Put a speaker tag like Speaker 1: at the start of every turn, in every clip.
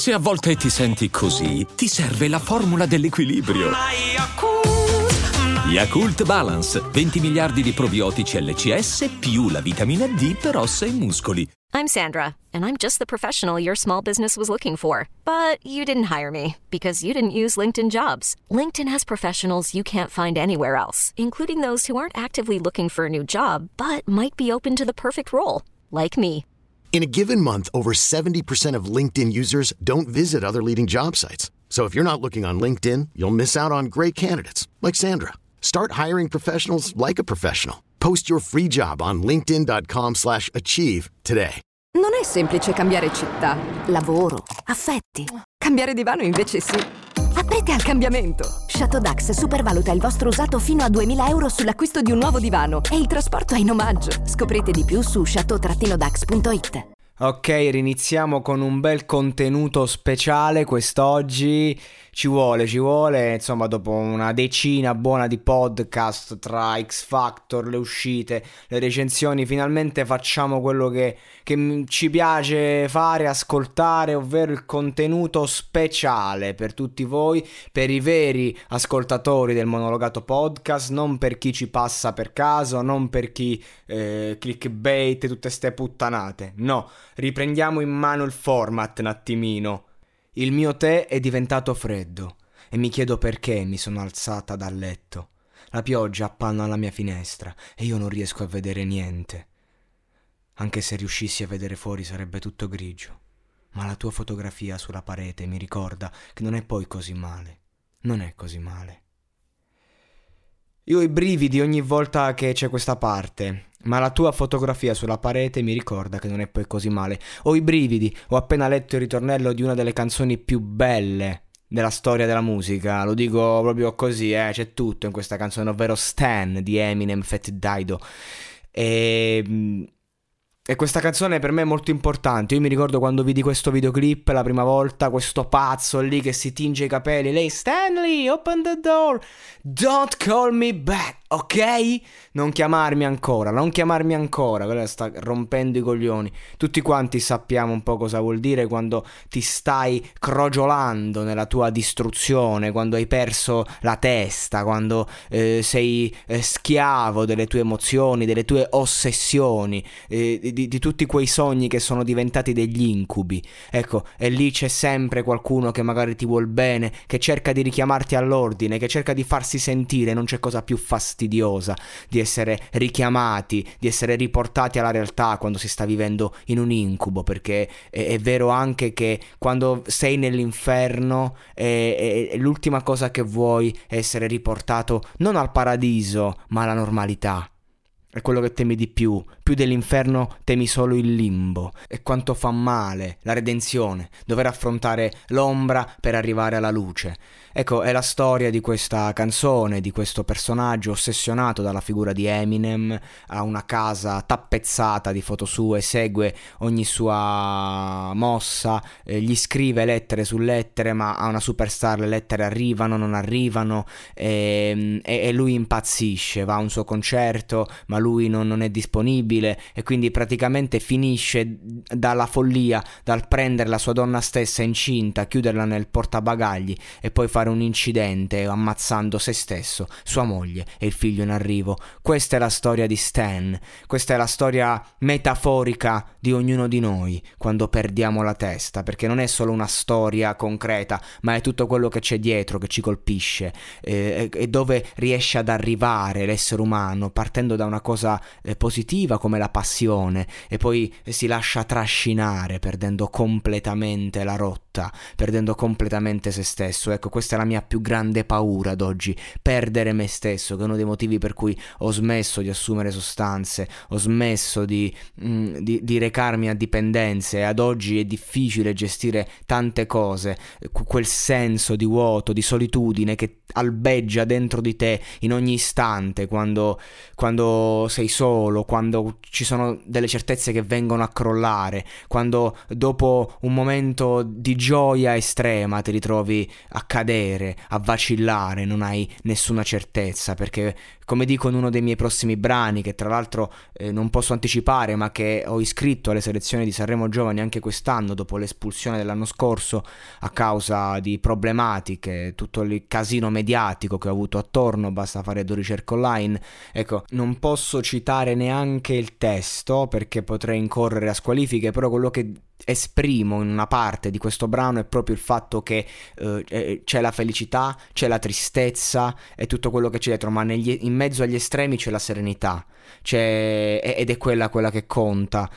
Speaker 1: Se a volte ti senti così, ti serve la formula dell'equilibrio. Yakult Balance, 20 miliardi di probiotici LCS più la vitamina D per ossa e muscoli.
Speaker 2: I'm Sandra, and I'm just the professional your small business was looking for. But you didn't hire me because you didn't use LinkedIn Jobs. LinkedIn has professionals you can't find anywhere else, including those who aren't actively looking for a new job, but might be open to the perfect role, like me.
Speaker 3: In a given month, over 70% of LinkedIn users don't visit other leading job sites. So if you're not looking on LinkedIn, you'll miss out on great candidates like Sandra. Start hiring professionals like a professional. Post your free job on linkedin.com/achieve today.
Speaker 4: Non è semplice cambiare città, lavoro, affetti. Cambiare divano invece sì. Aprite al cambiamento. Chateau Dax supervaluta il vostro usato fino a 2.000 euro sull'acquisto di un nuovo divano e il trasporto è in omaggio. Scoprite di più su chateau-dax.it.
Speaker 5: Ok, riniziamo con un bel contenuto speciale quest'oggi. Ci vuole, insomma, dopo una decina buona di podcast tra X Factor, le uscite, le recensioni, finalmente facciamo quello che ci piace fare, ascoltare, ovvero il contenuto speciale per tutti voi, per i veri ascoltatori del Monologato Podcast, non per chi ci passa per caso, non per chi clickbait, tutte ste puttanate. No, riprendiamo in mano il format un attimino. Il mio tè è diventato freddo e mi chiedo perché mi sono alzata dal letto. La pioggia appanna alla mia finestra e io non riesco a vedere niente. Anche se riuscissi a vedere fuori sarebbe tutto grigio. Ma la tua fotografia sulla parete mi ricorda che non è poi così male. Non è così male. Io ho i brividi ogni volta che c'è questa parte, ma la tua fotografia sulla parete mi ricorda che non è poi così male. Ho i brividi, ho appena letto il ritornello di una delle canzoni più belle della storia della musica, lo dico proprio così, c'è tutto in questa canzone, ovvero Stan di Eminem Fat Dido. E questa canzone per me è molto importante. Io mi ricordo quando vidi questo videoclip la prima volta, questo pazzo lì che si tinge i capelli, lei Stanley, open the door, don't call me back, ok? Non chiamarmi ancora, quella sta rompendo i coglioni. Tutti quanti sappiamo un po' cosa vuol dire quando ti stai crogiolando nella tua distruzione, quando hai perso la testa, quando sei schiavo delle tue emozioni, delle tue ossessioni, di tutti quei sogni che sono diventati degli incubi. Ecco, e lì c'è sempre qualcuno che magari ti vuol bene, che cerca di richiamarti all'ordine, che cerca di farsi sentire. Non c'è cosa più fastidiosa di essere richiamati, di essere riportati alla realtà quando si sta vivendo in un incubo, perché è vero anche che quando sei nell'inferno l'ultima cosa che vuoi è essere riportato non al paradiso ma alla normalità. È quello che temi di più dell'inferno temi solo il limbo. E quanto fa male la redenzione, dover affrontare l'ombra per arrivare alla luce. Ecco, è la storia di questa canzone, di questo personaggio ossessionato dalla figura di Eminem, ha una casa tappezzata di foto sue, segue ogni sua mossa, gli scrive lettere su lettere, ma a una superstar le lettere arrivano, non arrivano, e lui impazzisce, va a un suo concerto, ma lui non è disponibile, e quindi praticamente finisce dalla follia, dal prendere la sua donna stessa incinta, chiuderla nel portabagagli e poi fare un incidente ammazzando se stesso, sua moglie e il figlio in arrivo. Questa è la storia di Stan, questa è la storia metaforica di ognuno di noi quando perdiamo la testa, perché non è solo una storia concreta, ma è tutto quello che c'è dietro che ci colpisce, e dove riesce ad arrivare l'essere umano partendo da una cosa positiva come la passione e poi si lascia trascinare perdendo completamente la rotta, perdendo completamente se stesso. Ecco, questa è la mia più grande paura ad oggi, perdere me stesso, che è uno dei motivi per cui ho smesso di assumere sostanze, ho smesso di recarmi a dipendenze, e ad oggi è difficile gestire tante cose, quel senso di vuoto, di solitudine che albeggia dentro di te in ogni istante quando sei solo, quando ci sono delle certezze che vengono a crollare, quando dopo un momento di gioia estrema ti ritrovi a cadere, a vacillare, non hai nessuna certezza, perché come dico in uno dei miei prossimi brani, che tra l'altro non posso anticipare, ma che ho iscritto alle selezioni di Sanremo Giovani anche quest'anno, dopo l'espulsione dell'anno scorso a causa di problematiche, tutto il casino mediatico che ho avuto attorno, basta fare 2 ricerche online. Ecco, non posso citare neanche il testo perché potrei incorrere a squalifiche, però quello che esprimo in una parte di questo brano è proprio il fatto che c'è la felicità, c'è la tristezza e tutto quello che c'è dietro, ma in mezzo agli estremi c'è la serenità, ed è quella che conta,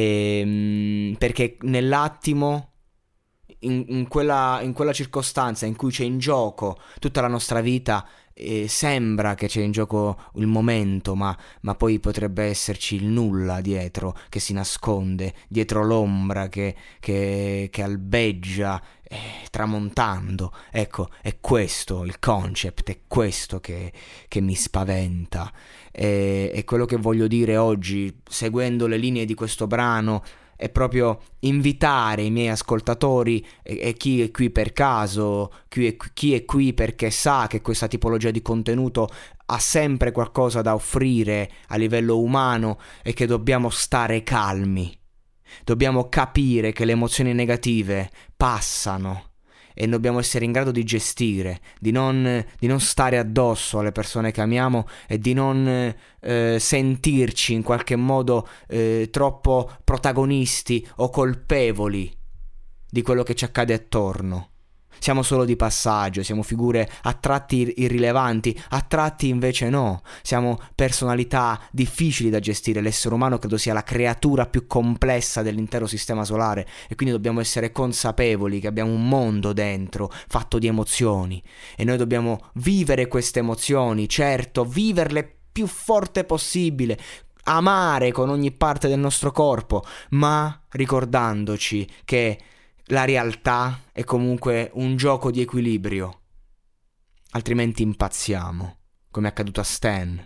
Speaker 5: perché nell'attimo, in quella circostanza in cui c'è in gioco tutta la nostra vita, sembra che c'è in gioco il momento, ma poi potrebbe esserci il nulla dietro, che si nasconde dietro l'ombra che albeggia tramontando. Ecco, è questo il concept, è questo che mi spaventa, e quello che voglio dire oggi, seguendo le linee di questo brano, è proprio invitare i miei ascoltatori e chi è qui per caso, chi è qui perché sa che questa tipologia di contenuto ha sempre qualcosa da offrire a livello umano e che dobbiamo stare calmi. Dobbiamo capire che le emozioni negative passano e dobbiamo essere in grado di gestire, di non stare addosso alle persone che amiamo e di non sentirci in qualche modo troppo protagonisti o colpevoli di quello che ci accade attorno. Siamo solo di passaggio, siamo figure a tratti irrilevanti, a tratti invece no. Siamo personalità difficili da gestire. L'essere umano credo sia la creatura più complessa dell'intero sistema solare e quindi dobbiamo essere consapevoli che abbiamo un mondo dentro fatto di emozioni e noi dobbiamo vivere queste emozioni, certo, viverle più forte possibile, amare con ogni parte del nostro corpo, ma ricordandoci che la realtà è comunque un gioco di equilibrio, altrimenti impazziamo, come è accaduto a Stan.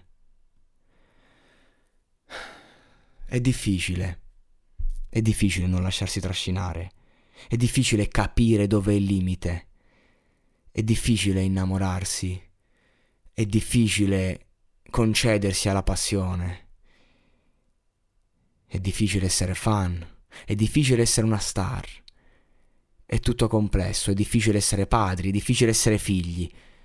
Speaker 5: È difficile non lasciarsi trascinare, è difficile capire dove è il limite, è difficile innamorarsi, è difficile concedersi alla passione, è difficile essere fan, è difficile essere una star. È tutto complesso, è difficile essere padri, è difficile essere figli.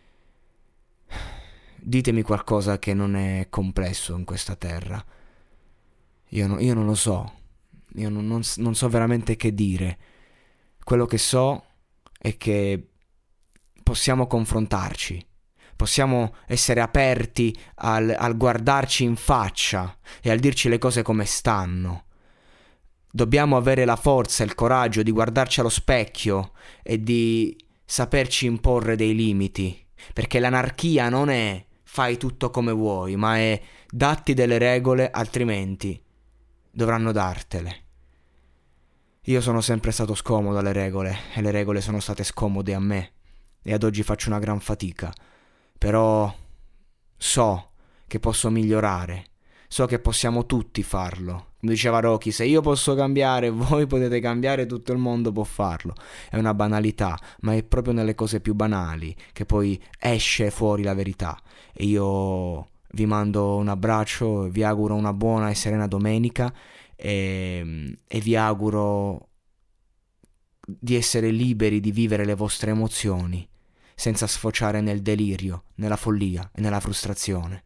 Speaker 5: Ditemi qualcosa che non è complesso in questa terra. Io non lo so, io non so veramente che dire. Quello che so è che possiamo confrontarci, possiamo essere aperti al guardarci in faccia e al dirci le cose come stanno. Dobbiamo avere la forza e il coraggio di guardarci allo specchio e di saperci imporre dei limiti, perché l'anarchia non è fai tutto come vuoi, ma è datti delle regole, altrimenti dovranno dartele. Io sono sempre stato scomodo alle regole e le regole sono state scomode a me e ad oggi faccio una gran fatica, però so che posso migliorare, so che possiamo tutti farlo. Come diceva Rocky, se io posso cambiare, voi potete cambiare, tutto il mondo può farlo. È una banalità, ma è proprio nelle cose più banali che poi esce fuori la verità. E io vi mando un abbraccio, vi auguro una buona e serena domenica e vi auguro di essere liberi di vivere le vostre emozioni senza sfociare nel delirio, nella follia e nella frustrazione.